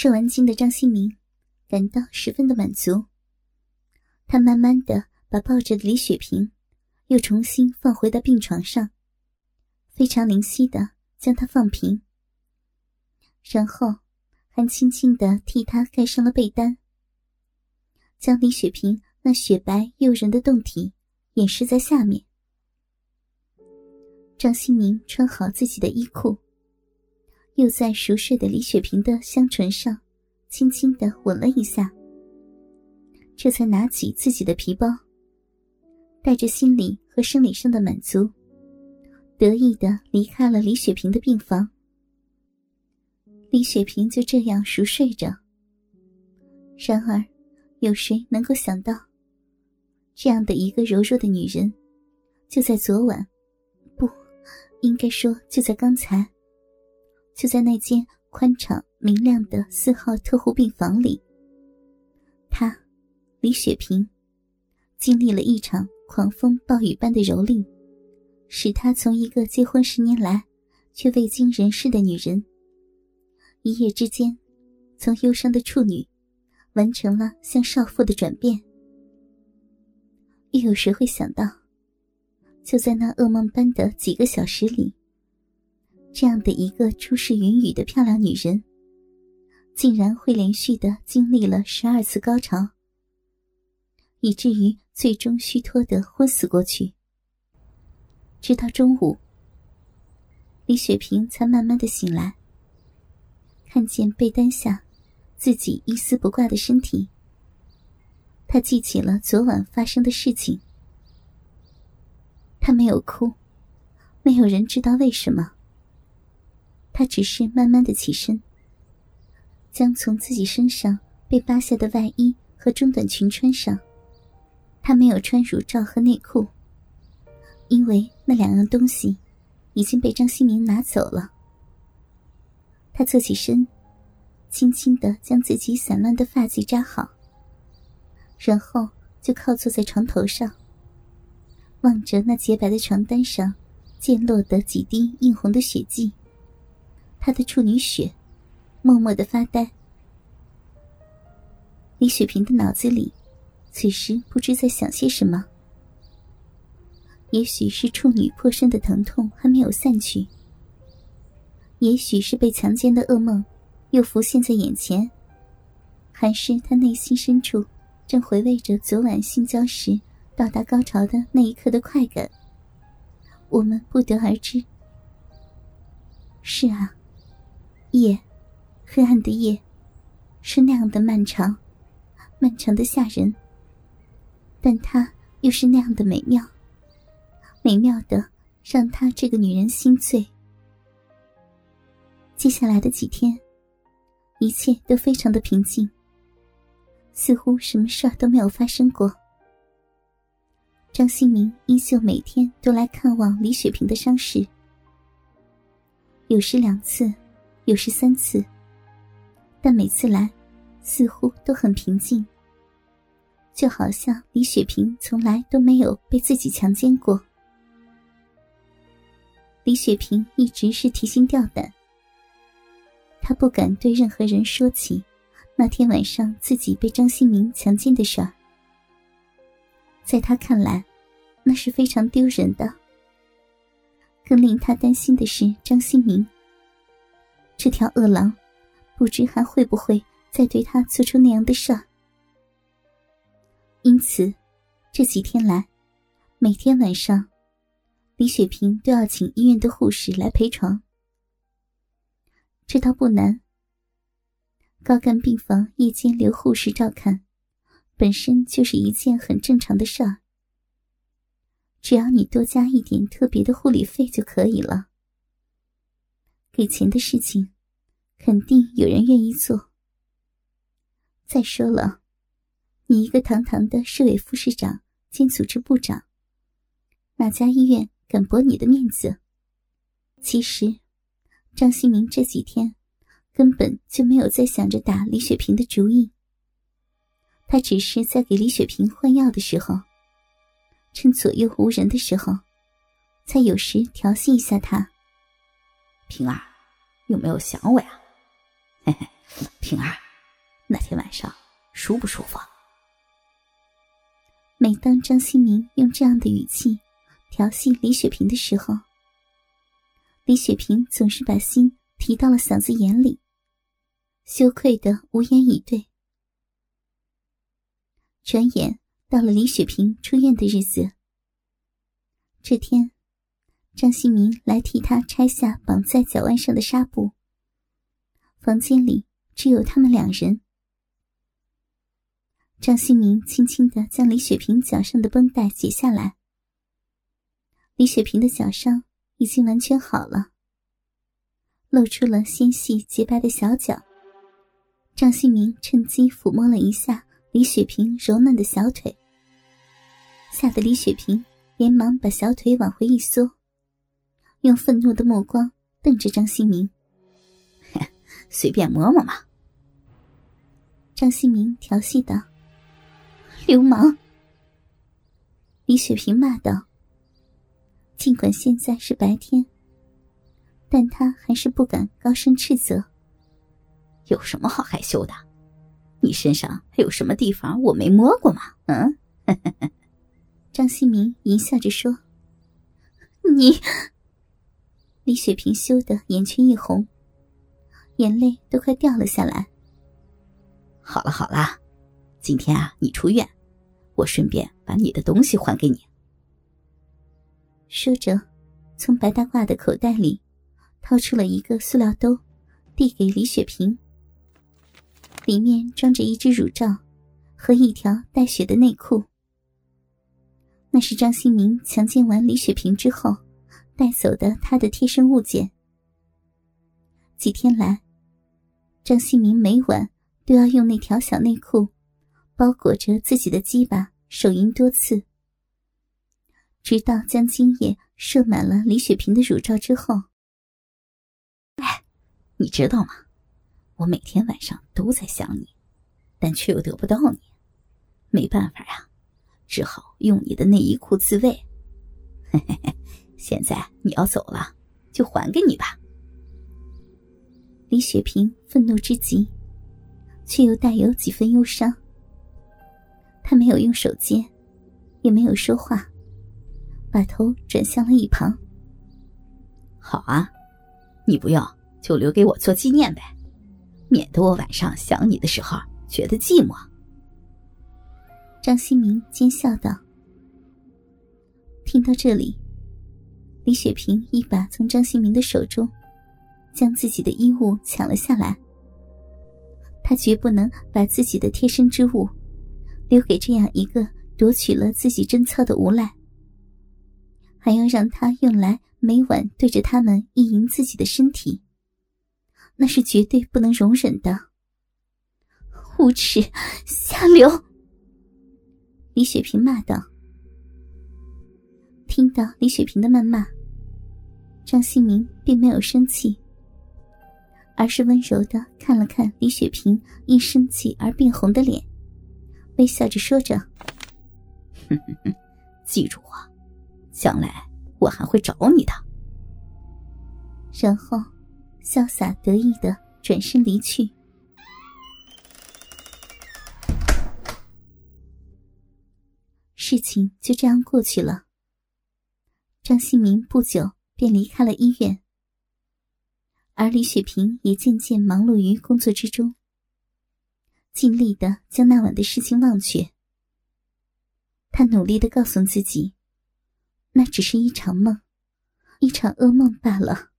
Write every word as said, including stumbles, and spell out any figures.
射完精的张新明感到十分的满足，他慢慢地把抱着的李雪萍又重新放回到病床上，非常灵犀地将她放平，然后还轻轻地替她盖上了被单，将李雪萍那雪白诱人的胴体掩饰在下面。张新明穿好自己的衣裤，又在熟睡的李雪萍的香唇上轻轻地吻了一下，这才拿起自己的皮包，带着心理和生理上的满足，得意地离开了李雪萍的病房。李雪萍就这样熟睡着。然而有谁能够想到，这样的一个柔弱的女人，就在昨晚，不，应该说就在刚才，就在那间宽敞明亮的四号特护病房里，她李雪萍经历了一场狂风暴雨般的蹂躏，使她从一个结婚十年来却未经人事的女人，一夜之间从忧伤的处女完成了向少妇的转变。又有谁会想到，就在那噩梦般的几个小时里，这样的一个出世云雨的漂亮女人，竟然会连续的经历了十二次高潮，以至于最终虚脱的昏死过去。直到中午，李雪萍才慢慢的醒来，看见被单下自己一丝不挂的身体，她记起了昨晚发生的事情。她没有哭，没有人知道为什么。她只是慢慢的起身，将从自己身上被扒下的外衣和中短裙穿上。她没有穿乳罩和内裤，因为那两样东西已经被张新明拿走了。她侧起身，轻轻地将自己散乱的发髻扎好，然后就靠坐在床头上，望着那洁白的床单上溅落的几滴映红的血迹，她的处女血，默默地发呆。李雪萍的脑子里此时不知在想些什么，也许是处女破身的疼痛还没有散去，也许是被强奸的噩梦又浮现在眼前，还是她内心深处正回味着昨晚性交时到达高潮的那一刻的快感，我们不得而知。是啊，夜，黑暗的夜，是那样的漫长，漫长的吓人，但它又是那样的美妙，美妙的让她这个女人心醉。接下来的几天，一切都非常的平静，似乎什么事儿都没有发生过。张新明依旧每天都来看望李雪萍的伤势，有时两次，有时三次，但每次来似乎都很平静，就好像李雪萍从来都没有被自己强奸过。李雪萍一直是提心吊胆，她不敢对任何人说起那天晚上自己被张新明强奸的事儿，在她看来那是非常丢人的。更令她担心的是张新明，这条恶狼不知还会不会再对她做出那样的事儿。因此这几天来，每天晚上李雪萍都要请医院的护士来陪床。这倒不难，高干病房夜间留护士照看本身就是一件很正常的事儿，只要你多加一点特别的护理费就可以了。给钱的事情肯定有人愿意做。再说了，你一个堂堂的市委副市长兼组织部长，哪家医院敢驳你的面子？其实张新明这几天根本就没有在想着打李雪萍的主意，他只是在给李雪萍换药的时候，趁左右无人的时候，才有时调戏一下她。 萍儿，有没有想我呀？嘿嘿， 婷儿，那天晚上舒不舒服？ 每当张新民用这样的语气调戏李雪萍的时候，李雪萍总是把心提到了嗓子眼里，羞愧得无言以对。转眼到了李雪萍出院的日子。这天，张新民来替她拆下绑在脚腕上的纱布。房间里只有他们两人。张新民轻轻地将李雪萍脚上的绷带解下来。李雪萍的脚伤已经完全好了，露出了纤细洁白的小脚。张新民趁机抚摸了一下李雪萍柔嫩的小腿，吓得李雪萍连忙把小腿往回一缩，用愤怒的目光瞪着张新民。 随便摸摸嘛。 张新民调戏道。流氓！李雪萍骂道。尽管现在是白天，但她还是不敢高声斥责。 有什么好害羞的？你身上还有什么地方我没摸过吗？嗯？ 张新民淫笑着说。你……李雪萍羞得眼圈一红，眼泪都快掉了下来。 好了好了，今天啊你出院，我顺便把你的东西还给你。 说着，从白大褂的口袋里掏出了一个塑料兜，递给李雪萍。里面装着一只乳罩和一条带血的内裤。那是张新民强奸完李雪萍之后带走的他的贴身物件。几天来，张新民每晚都要用那条小内裤包裹着自己的鸡巴手淫多次，直到将精液射满了李雪萍的乳罩之后。 哎，你知道吗？我每天晚上都在想你，但却又得不到你，没办法呀，只好用你的内衣裤自慰。嘿嘿嘿，现在你要走了，就还给你吧。 李雪萍愤怒之极，却又带有几分忧伤。她没有用手接，也没有说话，把头转向了一旁。 好啊，你不要就留给我做纪念呗，免得我晚上想你的时候觉得寂寞。 张新民奸笑道。听到这里，李雪萍一把从张新民的手中将自己的衣物抢了下来。她绝不能把自己的贴身之物留给这样一个夺取了自己贞操的无赖，还要让他用来每晚对着他们意淫自己的身体，那是绝对不能容忍的。无耻下流！李雪萍骂道。听到李雪萍的谩骂，张新民并没有生气，而是温柔地看了看李雪萍因生气而变红的脸，微笑着说着： 哼哼哼，记住我，将来我还会找你的。 然后潇洒得意地转身离去。事情就这样过去了。张新民不久便离开了医院，而李雪萍也渐渐忙碌于工作之中，尽力地将那晚的事情忘却。她努力地告诉自己，那只是一场梦，一场噩梦罢了。